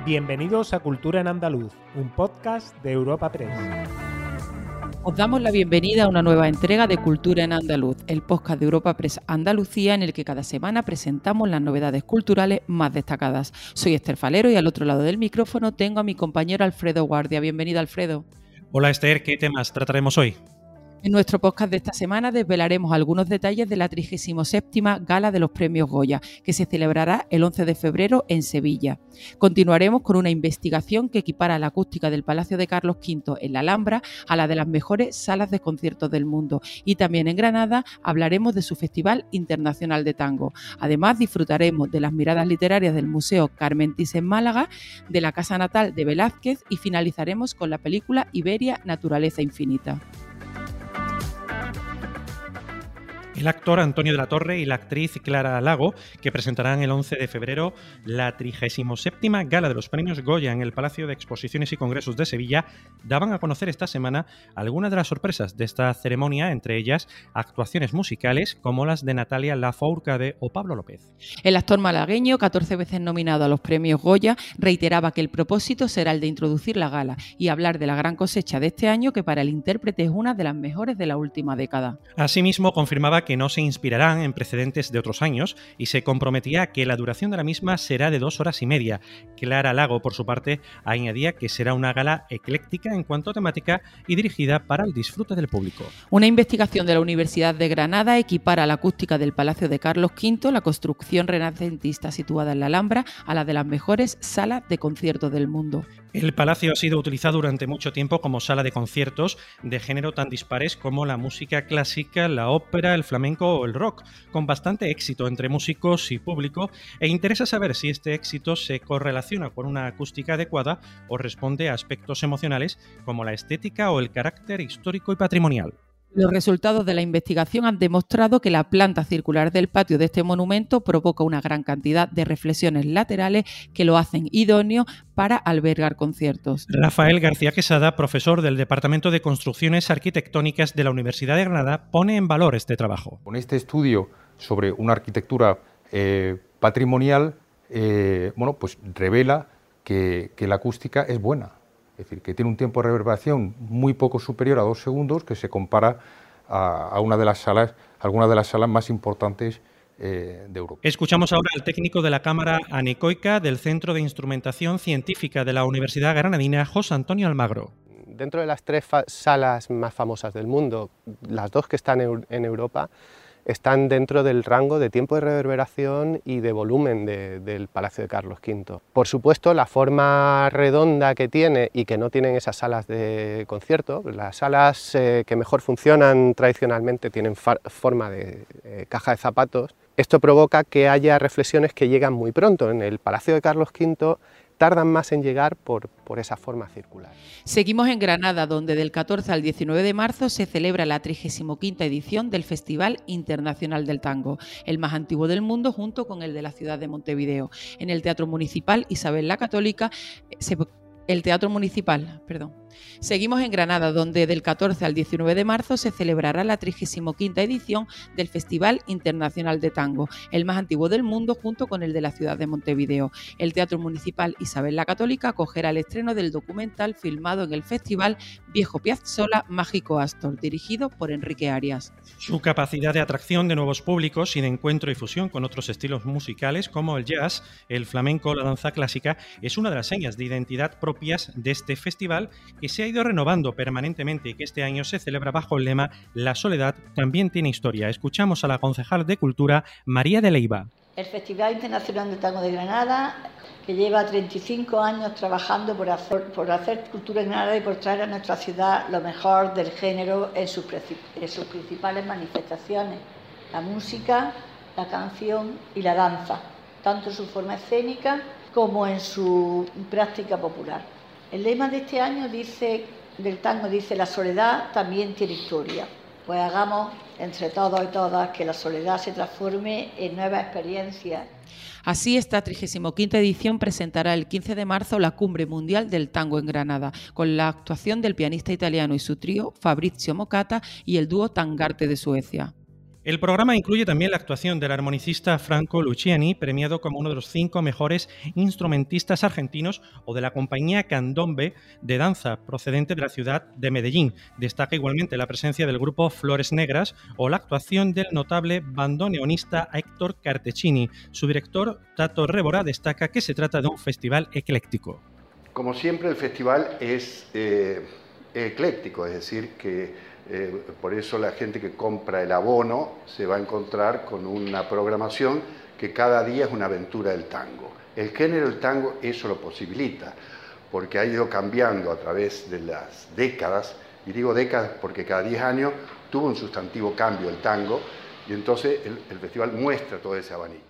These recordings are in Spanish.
Bienvenidos a Cultura en Andaluz, un podcast de Europa Press. Os damos la bienvenida a una nueva entrega de Cultura en Andaluz, el podcast de Europa Press Andalucía en el que cada semana presentamos las novedades culturales más destacadas. Soy Esther Falero y al otro lado del micrófono tengo a mi compañero Alfredo Guardia. Bienvenido, Alfredo. Hola Esther, ¿qué temas trataremos hoy? En nuestro podcast de esta semana desvelaremos algunos detalles de la 37ª Gala de los Premios Goya, que se celebrará el 11 de febrero en Sevilla. Continuaremos con una investigación que equipara la acústica del Palacio de Carlos V en la Alhambra a la de las mejores salas de conciertos del mundo. Y también en Granada hablaremos de su Festival Internacional de Tango. Además, disfrutaremos de las miradas literarias del Museo Carmen Thyssen Málaga, de la casa natal de Velázquez y finalizaremos con la película Iberia, Naturaleza Infinita. El actor Antonio de la Torre y la actriz Clara Lago, que presentarán el 11 de febrero la 37ª Gala de los Premios Goya en el Palacio de Exposiciones y Congresos de Sevilla, daban a conocer esta semana algunas de las sorpresas de esta ceremonia, entre ellas actuaciones musicales como las de Natalia Lafourcade o Pablo López. El actor malagueño, 14 veces nominado a los Premios Goya, reiteraba que el propósito será el de introducir la gala y hablar de la gran cosecha de este año, que para el intérprete es una de las mejores de la última década. Asimismo, confirmaba que no se inspirarán en precedentes de otros años y se comprometía a que la duración de la misma será de 2 horas y media. Clara Lago, por su parte, añadía que será una gala ecléctica en cuanto a temática y dirigida para el disfrute del público. Una investigación de la Universidad de Granada equipara la acústica del Palacio de Carlos V, la construcción renacentista situada en la Alhambra, a la de las mejores salas de conciertos del mundo. El palacio ha sido utilizado durante mucho tiempo como sala de conciertos de género tan dispares como la música clásica, la ópera, el flamenco o el rock, con bastante éxito entre músicos y público, e interesa saber si este éxito se correlaciona con una acústica adecuada o responde a aspectos emocionales como la estética o el carácter histórico y patrimonial. Los resultados de la investigación han demostrado que la planta circular del patio de este monumento provoca una gran cantidad de reflexiones laterales que lo hacen idóneo para albergar conciertos. Rafael García Quesada, profesor del Departamento de Construcciones Arquitectónicas de la Universidad de Granada, pone en valor este trabajo. Con este estudio sobre una arquitectura patrimonial, pues revela que la acústica es buena. Es decir, que tiene un tiempo de reverberación muy poco superior a 2 segundos, que se compara a algunas de las salas más importantes de Europa. Escuchamos ahora al técnico de la cámara anecoica del Centro de Instrumentación Científica de la Universidad Granadina, José Antonio Almagro. Dentro de las 3 salas más famosas del mundo, las 2 que están en Europa están dentro del rango de tiempo de reverberación y de volumen del Palacio de Carlos V. Por supuesto, la forma redonda que tiene y que no tienen esas salas de concierto, las salas que mejor funcionan tradicionalmente tienen forma de caja de zapatos. Esto provoca que haya reflexiones que llegan muy pronto. En el Palacio de Carlos V tardan más en llegar por esa forma circular. Seguimos en Granada, donde del 14 al 19 de marzo se celebra la 35ª edición del Festival Internacional del Tango, el más antiguo del mundo junto con el de la ciudad de Montevideo. En el Teatro Municipal Isabel la Católica Seguimos en Granada, donde del 14 al 19 de marzo se celebrará la 35ª edición del Festival Internacional de Tango, el más antiguo del mundo junto con el de la ciudad de Montevideo. El Teatro Municipal Isabel la Católica acogerá el estreno del documental filmado en el festival Viejo Piazzolla Mágico Astor, dirigido por Enrique Arias. Su capacidad de atracción de nuevos públicos y de encuentro y fusión con otros estilos musicales como el jazz, el flamenco o la danza clásica es una de las señas de identidad propias de este festival, que se ha ido renovando permanentemente y que este año se celebra bajo el lema La soledad también tiene historia. Escuchamos a la concejal de Cultura, María de Leiva. El Festival Internacional de Tango de Granada, que lleva 35 años trabajando por hacer cultura en Granada y por traer a nuestra ciudad lo mejor del género en sus principales manifestaciones, la música, la canción y la danza, tanto en su forma escénica como en su práctica popular. El lema de este año del tango dice: la soledad también tiene historia. Pues hagamos entre todos y todas que la soledad se transforme en nuevas experiencias. Así, esta 35ª edición presentará el 15 de marzo la Cumbre Mundial del Tango en Granada, con la actuación del pianista italiano y su trío Fabrizio Mocatta y el dúo Tangarte de Suecia. El programa incluye también la actuación del armonicista Franco Luciani, premiado como uno de los 5 mejores instrumentistas argentinos, o de la compañía Candombe de danza, procedente de la ciudad de Medellín. Destaca igualmente la presencia del grupo Flores Negras o la actuación del notable bandoneonista Héctor Cartecini. Su director, Tato Révora, destaca que se trata de un festival ecléctico. Como siempre, el festival es ecléctico, es decir, que por eso la gente que compra el abono se va a encontrar con una programación que cada día es una aventura del tango. El género del tango eso lo posibilita, porque ha ido cambiando a través de las décadas, y digo décadas porque cada 10 años tuvo un sustantivo cambio el tango, y entonces el festival muestra todo ese abanico.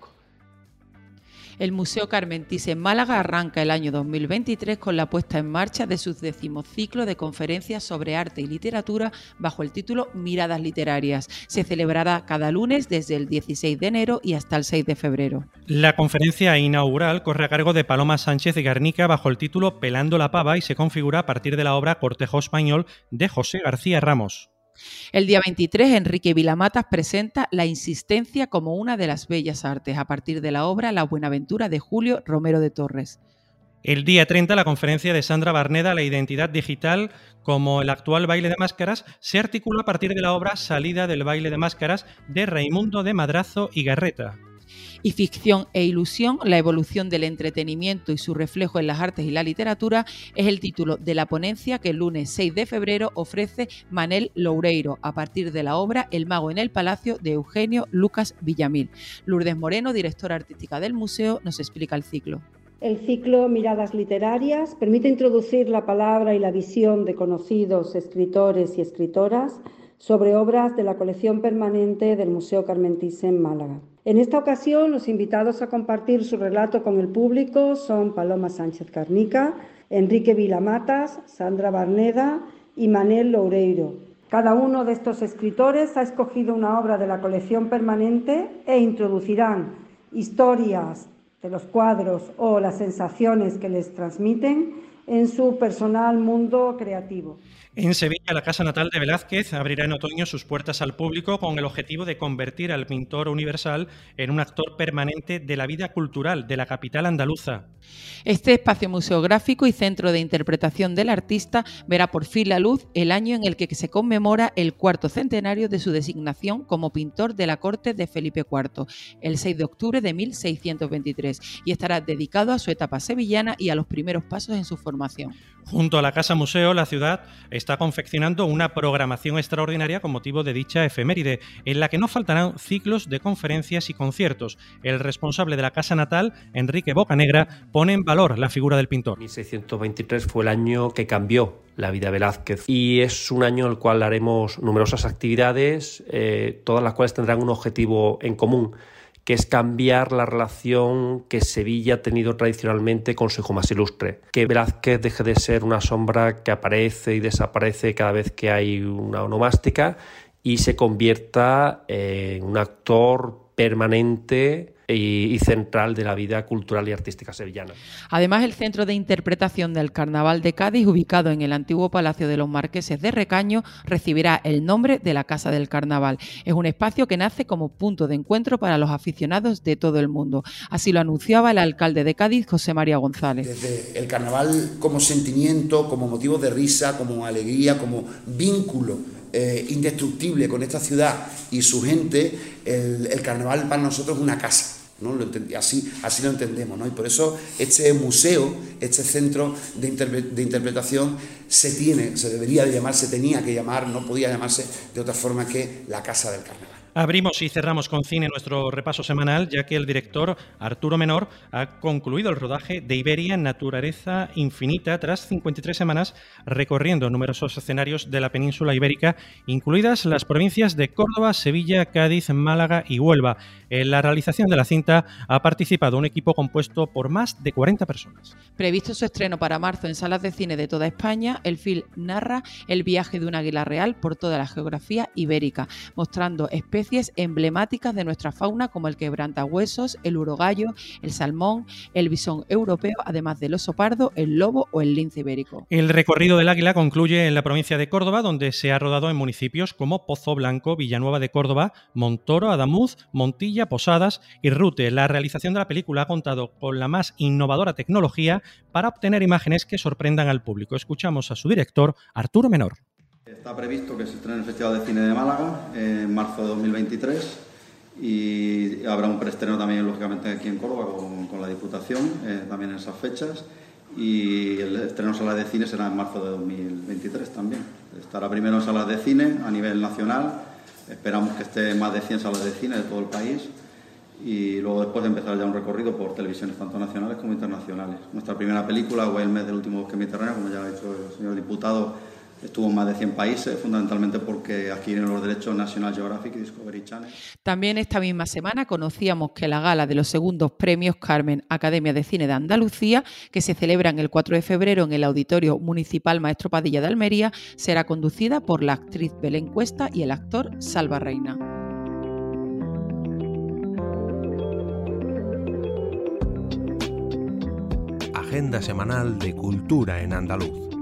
El Museo Carmen Thyssen Málaga arranca el año 2023 con la puesta en marcha de su 10º ciclo de conferencias sobre arte y literatura bajo el título Miradas Literarias. Se celebrará cada lunes desde el 16 de enero y hasta el 6 de febrero. La conferencia inaugural corre a cargo de Paloma Sánchez Garnica bajo el título Pelando la pava y se configura a partir de la obra Cortejo Español de José García Ramos. El día 23, Enrique Vilamatas presenta La insistencia como una de las bellas artes, a partir de la obra La Buenaventura de Julio Romero de Torres. El día 30, la conferencia de Sandra Barneda, La identidad digital como el actual baile de máscaras, se articula a partir de la obra Salida del baile de máscaras de Raimundo de Madrazo y Garreta. Y Ficción e ilusión, la evolución del entretenimiento y su reflejo en las artes y la literatura, es el título de la ponencia que el lunes 6 de febrero ofrece Manel Loureiro, a partir de la obra El mago en el palacio de Eugenio Lucas Villamil. Lourdes Moreno, directora artística del museo, nos explica el ciclo. El ciclo Miradas Literarias permite introducir la palabra y la visión de conocidos escritores y escritoras sobre obras de la colección permanente del Museo Carmen Thyssen Málaga. En esta ocasión, los invitados a compartir su relato con el público son Paloma Sánchez Garnica, Enrique Vilamatas, Sandra Barneda y Manel Loureiro. Cada uno de estos escritores ha escogido una obra de la colección permanente e introducirán historias de los cuadros o las sensaciones que les transmiten en su personal mundo creativo. En Sevilla, la casa natal de Velázquez abrirá en otoño sus puertas al público con el objetivo de convertir al pintor universal en un actor permanente de la vida cultural de la capital andaluza. Este espacio museográfico y centro de interpretación del artista verá por fin la luz el año en el que se conmemora el 4º centenario de su designación como pintor de la corte de Felipe IV, el 6 de octubre de 1623, y estará dedicado a su etapa sevillana y a los primeros pasos en su formación. Junto a la Casa Museo, la ciudad está confeccionando una programación extraordinaria con motivo de dicha efeméride, en la que no faltarán ciclos de conferencias y conciertos. El responsable de la casa natal, Enrique Bocanegra, pone en valor la figura del pintor. 1623 fue el año que cambió la vida de Velázquez y es un año en el cual haremos numerosas actividades, todas las cuales tendrán un objetivo en común, que es cambiar la relación que Sevilla ha tenido tradicionalmente con su hijo más ilustre. Que Velázquez deje de ser una sombra que aparece y desaparece cada vez que hay una onomástica y se convierta en un actor permanente y central de la vida cultural y artística sevillana. Además, el Centro de Interpretación del Carnaval de Cádiz, ubicado en el antiguo Palacio de los Marqueses de Recaño, recibirá el nombre de la Casa del Carnaval. Es un espacio que nace como punto de encuentro para los aficionados de todo el mundo. Así lo anunciaba el alcalde de Cádiz, José María González. Desde el carnaval como sentimiento, como motivo de risa, como alegría, como vínculo indestructible con esta ciudad y su gente, el carnaval para nosotros es una casa, ¿no? Así lo entendemos, ¿no? Y por eso este museo, este centro de interpretación se tenía que llamar, no podía llamarse de otra forma que la Casa del Carnaval. Abrimos y cerramos con cine nuestro repaso semanal, ya que el director Arturo Menor ha concluido el rodaje de Iberia, Naturaleza Infinita, tras 53 semanas recorriendo numerosos escenarios de la península ibérica, incluidas las provincias de Córdoba, Sevilla, Cádiz, Málaga y Huelva. En la realización de la cinta ha participado un equipo compuesto por más de 40 personas. Previsto su estreno para marzo en salas de cine de toda España, el film narra el viaje de un águila real por toda la geografía ibérica, mostrando especies especies emblemáticas de nuestra fauna como el quebrantahuesos, el urogallo, el salmón, el bisón europeo, además del oso pardo, el lobo o el lince ibérico. El recorrido del águila concluye en la provincia de Córdoba, donde se ha rodado en municipios como Pozo Blanco, Villanueva de Córdoba, Montoro, Adamuz, Montilla, Posadas y Rute. La realización de la película ha contado con la más innovadora tecnología para obtener imágenes que sorprendan al público. Escuchamos a su director, Arturo Menor. Está previsto que se estrene en el Festival de Cine de Málaga en marzo de 2023 y habrá un preestreno también, lógicamente, aquí en Córdoba con la Diputación, también en esas fechas, y el estreno en salas de cine será en marzo de 2023 también. Estará primero en salas de cine a nivel nacional, esperamos que esté en más de 100 salas de cine de todo el país, y luego después empezar ya un recorrido por televisiones tanto nacionales como internacionales. Nuestra primera película, O el mes del último bosque mediterráneo, como ya ha dicho el señor diputado, estuvo en más de 100 países, fundamentalmente porque adquieren los derechos National Geographic y Discovery Channel. También esta misma semana conocíamos que la gala de los segundos premios Carmen Academia de Cine de Andalucía, que se celebran el 4 de febrero en el Auditorio Municipal Maestro Padilla de Almería, será conducida por la actriz Belén Cuesta y el actor Salva Reina. Agenda semanal de Cultura en Andaluz.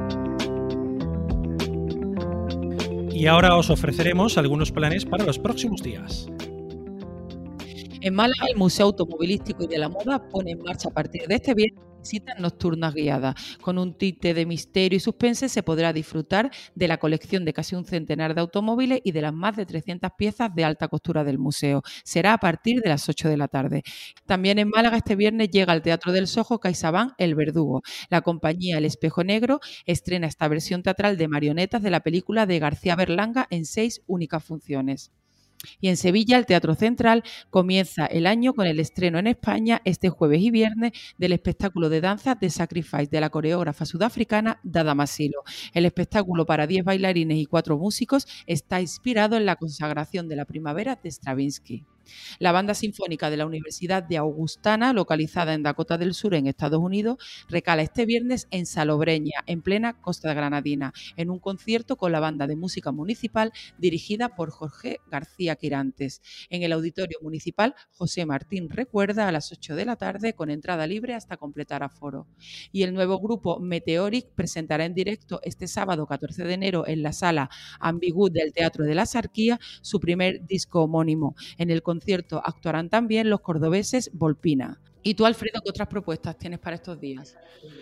Y ahora os ofreceremos algunos planes para los próximos días. En Málaga, el Museo Automovilístico y de la Moda pone en marcha a partir de este viernes visitas nocturnas guiadas. Con un tinte de misterio y suspense se podrá disfrutar de la colección de casi un centenar de automóviles y de las más de 300 piezas de alta costura del museo. Será a partir de las 8 de la tarde. También en Málaga este viernes llega al Teatro del Sojo CaixaBank El Verdugo. La compañía El Espejo Negro estrena esta versión teatral de marionetas de la película de García Berlanga en 6 únicas funciones. Y en Sevilla, el Teatro Central comienza el año con el estreno en España este jueves y viernes del espectáculo de danza The Sacrifice de la coreógrafa sudafricana Dada Masilo. El espectáculo para 10 bailarines y 4 músicos está inspirado en la consagración de la primavera de Stravinsky. La banda sinfónica de la Universidad de Augustana, localizada en Dakota del Sur, en Estados Unidos, recala este viernes en Salobreña, en plena costa granadina, en un concierto con la banda de música municipal dirigida por Jorge García Quirantes. En el Auditorio Municipal, José Martín Recuerda a las 8 de la tarde con entrada libre hasta completar aforo. Y el nuevo grupo Meteoric presentará en directo este sábado 14 de enero en la sala Ambigu del Teatro de la Sarquía su primer disco homónimo. En el concierto actuarán también los cordobeses Volpina. ¿Y tú, Alfredo, qué otras propuestas tienes para estos días?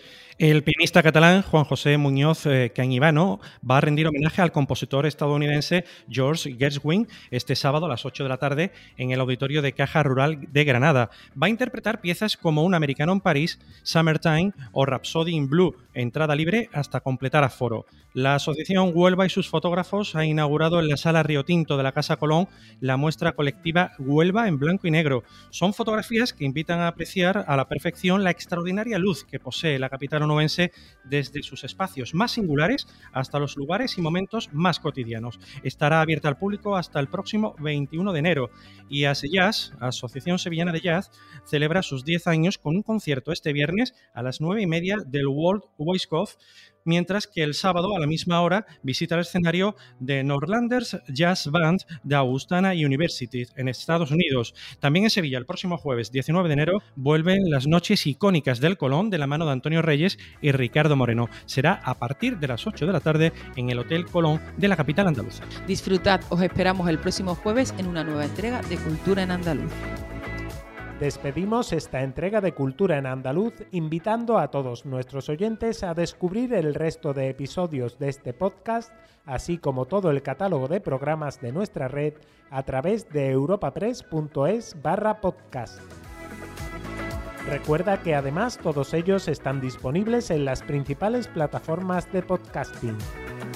El pianista catalán Juan José Muñoz Cañivano va a rendir homenaje al compositor estadounidense George Gershwin este sábado a las 8 de la tarde en el Auditorio de Caja Rural de Granada. Va a interpretar piezas como Un americano en París, Summertime o Rhapsody in Blue, entrada libre hasta completar aforo. La Asociación Huelva y sus fotógrafos ha inaugurado en la Sala Río Tinto de la Casa Colón la muestra colectiva Huelva en blanco y negro. Son fotografías que invitan a apreciar a la perfección la extraordinaria luz que posee la capital onubense desde sus espacios más singulares hasta los lugares y momentos más cotidianos. Estará abierta al público hasta el próximo 21 de enero. Y ASEJazz, Asociación Sevillana de Jazz, celebra sus 10 años con un concierto este viernes a las 9:30 del World Weiskopf, mientras que el sábado a la misma hora visita el escenario de Northlanders Jazz Band de Augustana University en Estados Unidos. También en Sevilla, el próximo jueves 19 de enero, vuelven las noches icónicas del Colón de la mano de Antonio Reyes y Ricardo Moreno. Será a partir de las 8 de la tarde en el Hotel Colón de la capital andaluza. Disfrutad, os esperamos el próximo jueves en una nueva entrega de Cultura en Andaluz. Despedimos esta entrega de Cultura en Andaluz invitando a todos nuestros oyentes a descubrir el resto de episodios de este podcast, así como todo el catálogo de programas de nuestra red a través de europapress.es/podcast. Recuerda que además todos ellos están disponibles en las principales plataformas de podcasting.